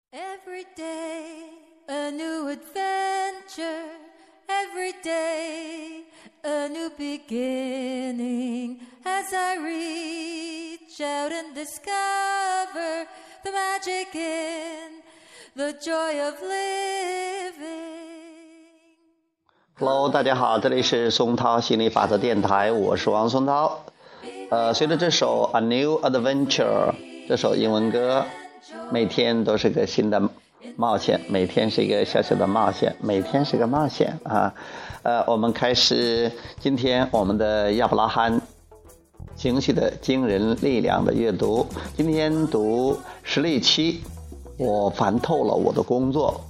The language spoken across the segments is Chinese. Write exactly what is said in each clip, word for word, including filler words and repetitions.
Every day a new adventure, every day a new beginning. As I reach out and discover the magic in the joy of living. Hello， 大家好，这里是松涛心理法则电台，我是王松涛。呃，随着这首 A New Adventure 这首英文歌，每天都是个新的冒险，每天是一个小小的冒险，每天是个冒险啊。呃，我们开始今天我们的亚伯拉罕情绪的惊人力量的阅读。今天读实例七，我烦透了我的工作。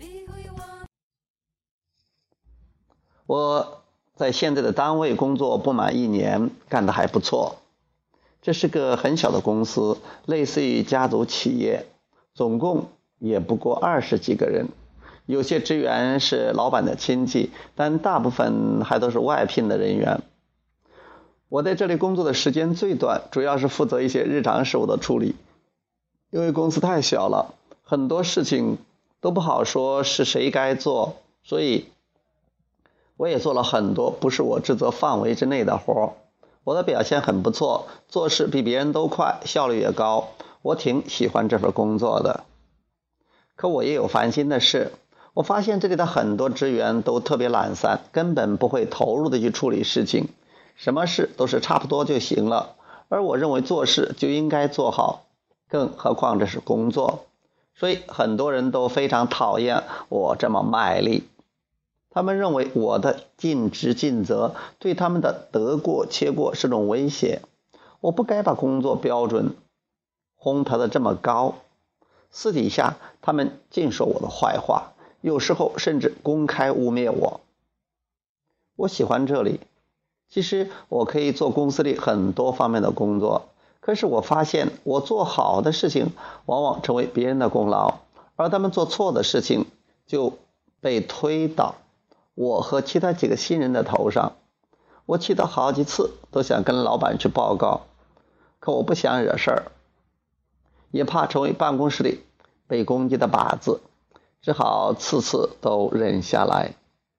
我在现在的单位工作不满一年，干得还不错。这是个很小的公司，类似于家族企业，总共也不过二十几个人。有些职员是老板的亲戚，但大部分还都是外聘的人员。我在这里工作的时间最短，主要是负责一些日常事务的处理。因为公司太小了，很多事情都不好说是谁该做，所以我也做了很多不是我职责范围之内的活。我的表现很不错，做事比别人都快，效率也高，我挺喜欢这份工作的。可我也有烦心的事，我发现这里的很多职员都特别懒散，根本不会投入的去处理事情，什么事都是差不多就行了，而我认为做事就应该做好，更何况这是工作，所以很多人都非常讨厌我这么卖力。他们认为我的尽职尽责对他们的得过且过是种威胁，我不该把工作标准烘陶的这么高。私底下他们尽说我的坏话，有时候甚至公开污蔑我。我喜欢这里，其实我可以做公司里很多方面的工作，可是我发现我做好的事情往往成为别人的功劳，而他们做错的事情就被推倒我和其他几个新人的头上。我气得好几次都想跟老板去报告，可我不想惹事儿，也怕成为办公室里被攻击的靶子，只好次次都忍下来。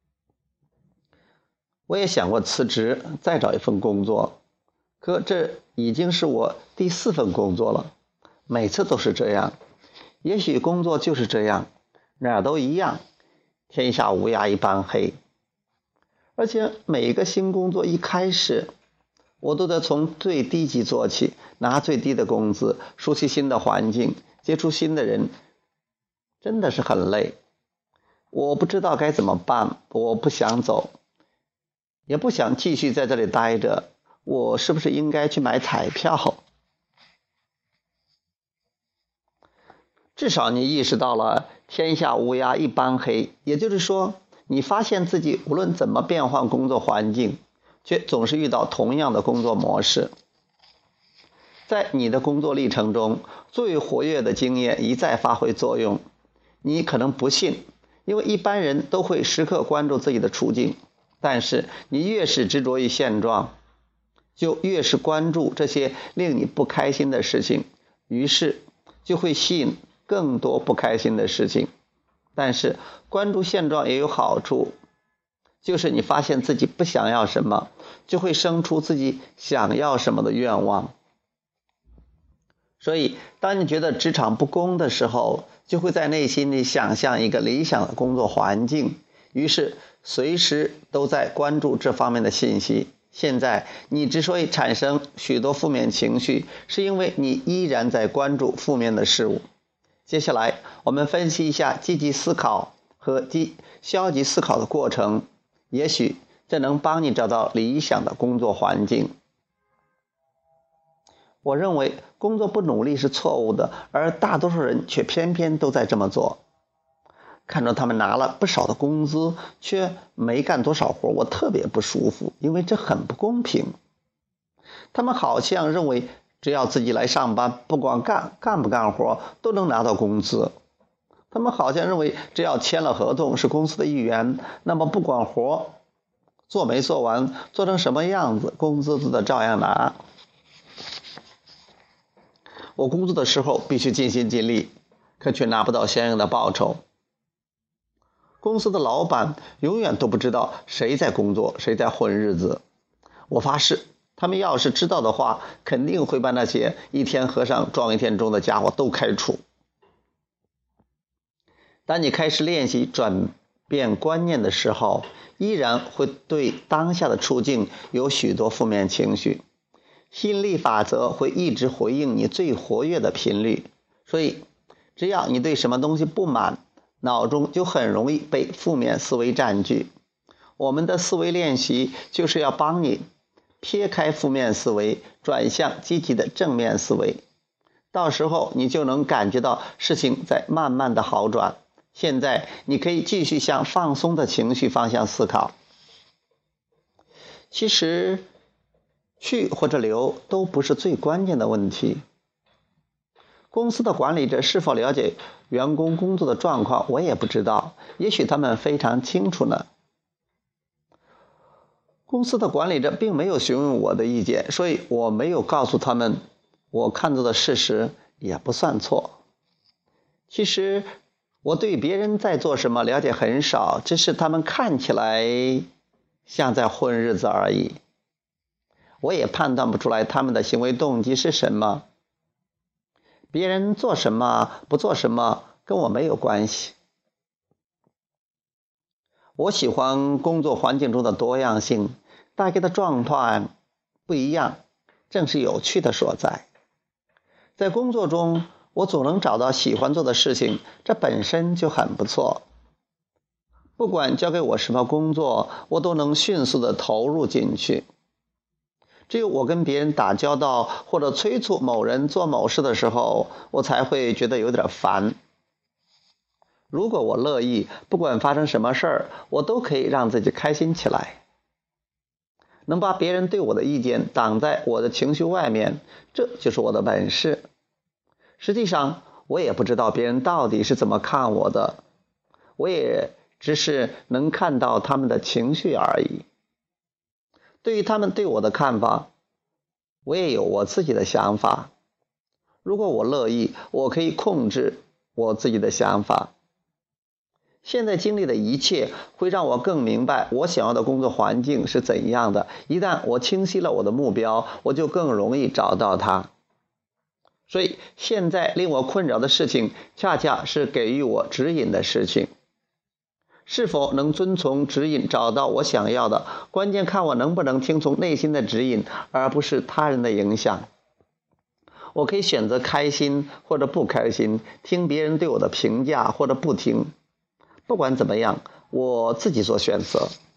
我也想过辞职再找一份工作，可这已经是我第四份工作了，每次都是这样。也许工作就是这样，哪儿都一样，天下乌鸦一般黑。而且每一个新工作一开始，我都得从最低级做起，拿最低的工资，熟悉新的环境，接触新的人，真的是很累。我不知道该怎么办，我不想走，也不想继续在这里待着，我是不是应该去买彩票？至少你意识到了天下乌鸦一般黑，也就是说你发现自己无论怎么变换工作环境，却总是遇到同样的工作模式。在你的工作历程中，最活跃的经验一再发挥作用。你可能不信，因为一般人都会时刻关注自己的处境，但是你越是执着于现状，就越是关注这些令你不开心的事情，于是就会吸引更多不开心的事情。但是关注现状也有好处，就是你发现自己不想要什么，就会生出自己想要什么的愿望。所以当你觉得职场不公的时候，就会在内心里想象一个理想的工作环境，于是随时都在关注这方面的信息。现在你之所以产生许多负面情绪，是因为你依然在关注负面的事物。接下来我们分析一下积极思考和消极思考的过程，也许这能帮你找到理想的工作环境。我认为工作不努力是错误的，而大多数人却偏偏都在这么做。看着他们拿了不少的工资，却没干多少活，我特别不舒服，因为这很不公平。他们好像认为只要自己来上班，不管干干不干活都能拿到工资。他们好像认为只要签了合同是公司的一员，那么不管活做没做完，做成什么样子，工资都得照样拿。我工作的时候必须尽心尽力， 可却拿不到相应的报酬。公司的老板永远都不知道谁在工作，谁在混日子。我发誓，他们要是知道的话，肯定会把那些一天和尚撞一天钟的家伙都开除。当你开始练习转变观念的时候，依然会对当下的处境有许多负面情绪。吸引力法则会一直回应你最活跃的频率，所以只要你对什么东西不满，脑中就很容易被负面思维占据。我们的思维练习就是要帮你撇开负面思维，转向积极的正面思维，到时候你就能感觉到事情在慢慢的好转。现在你可以继续向放松的情绪方向思考。其实去或者留都不是最关键的问题。公司的管理者是否了解员工工作的状况，我也不知道，也许他们非常清楚呢。公司的管理者并没有询问我的意见，所以我没有告诉他们我看到的事实也不算错。其实我对别人在做什么了解很少，只是他们看起来像在混日子而已。我也判断不出来他们的行为动机是什么。别人做什么不做什么跟我没有关系。我喜欢工作环境中的多样性，大家的状况不一样，正是有趣的所在。在工作中我总能找到喜欢做的事情，这本身就很不错。不管交给我什么工作，我都能迅速地投入进去。只有我跟别人打交道或者催促某人做某事的时候，我才会觉得有点烦。如果我乐意，不管发生什么事儿，我都可以让自己开心起来。能把别人对我的意见挡在我的情绪外面，这就是我的本事。实际上我也不知道别人到底是怎么看我的，我也只是能看到他们的情绪而已。对于他们对我的看法，我也有我自己的想法。如果我乐意，我可以控制我自己的想法。现在经历的一切会让我更明白我想要的工作环境是怎样的。一旦我清晰了我的目标，我就更容易找到它。所以现在令我困扰的事情，恰恰是给予我指引的事情。是否能遵从指引找到我想要的，关键看我能不能听从内心的指引，而不是他人的影响。我可以选择开心或者不开心，听别人对我的评价或者不听。不管怎么样，我自己做选择。